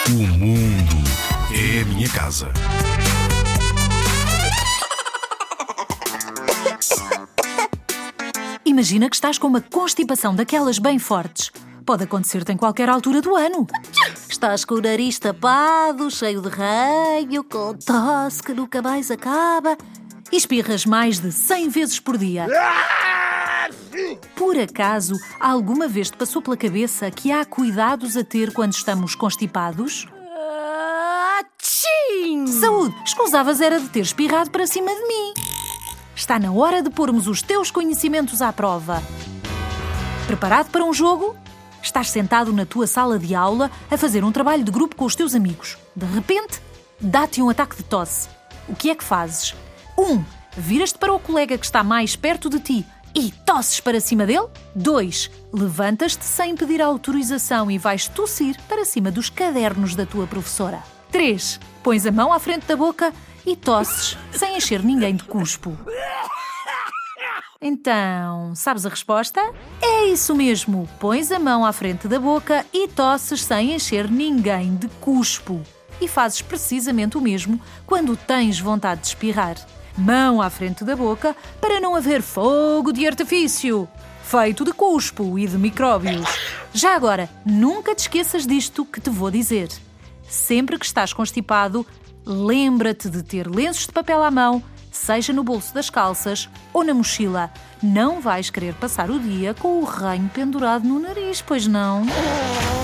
O mundo é a minha casa. Imagina que estás com uma constipação daquelas bem fortes. Pode acontecer-te em qualquer altura do ano. Estás com o nariz tapado, cheio de ranho, com tosse que nunca mais acaba e espirras mais de 100 vezes por dia. Por acaso, alguma vez te passou pela cabeça que há cuidados a ter quando estamos constipados? Tchim! Saúde! Escusavas era de ter espirrado para cima de mim. Está na hora de pormos os teus conhecimentos à prova. Preparado para um jogo? Estás sentado na tua sala de aula a fazer um trabalho de grupo com os teus amigos. De repente, dá-te um ataque de tosse. O que é que fazes? 1. Viras-te para o colega que está mais perto de ti e tosses para cima dele. 2. Levantas-te sem pedir autorização e vais tossir para cima dos cadernos da tua professora. 3. Pões a mão à frente da boca e tosses sem encher ninguém de cuspo. Então, sabes a resposta? É isso mesmo! Pões a mão à frente da boca e tosses sem encher ninguém de cuspo. E fazes precisamente o mesmo quando tens vontade de espirrar. Mão à frente da boca para não haver fogo de artifício, feito de cuspo e de micróbios. Já agora, nunca te esqueças disto que te vou dizer. Sempre que estás constipado, lembra-te de ter lenços de papel à mão, seja no bolso das calças ou na mochila. Não vais querer passar o dia com o ranho pendurado no nariz, pois não?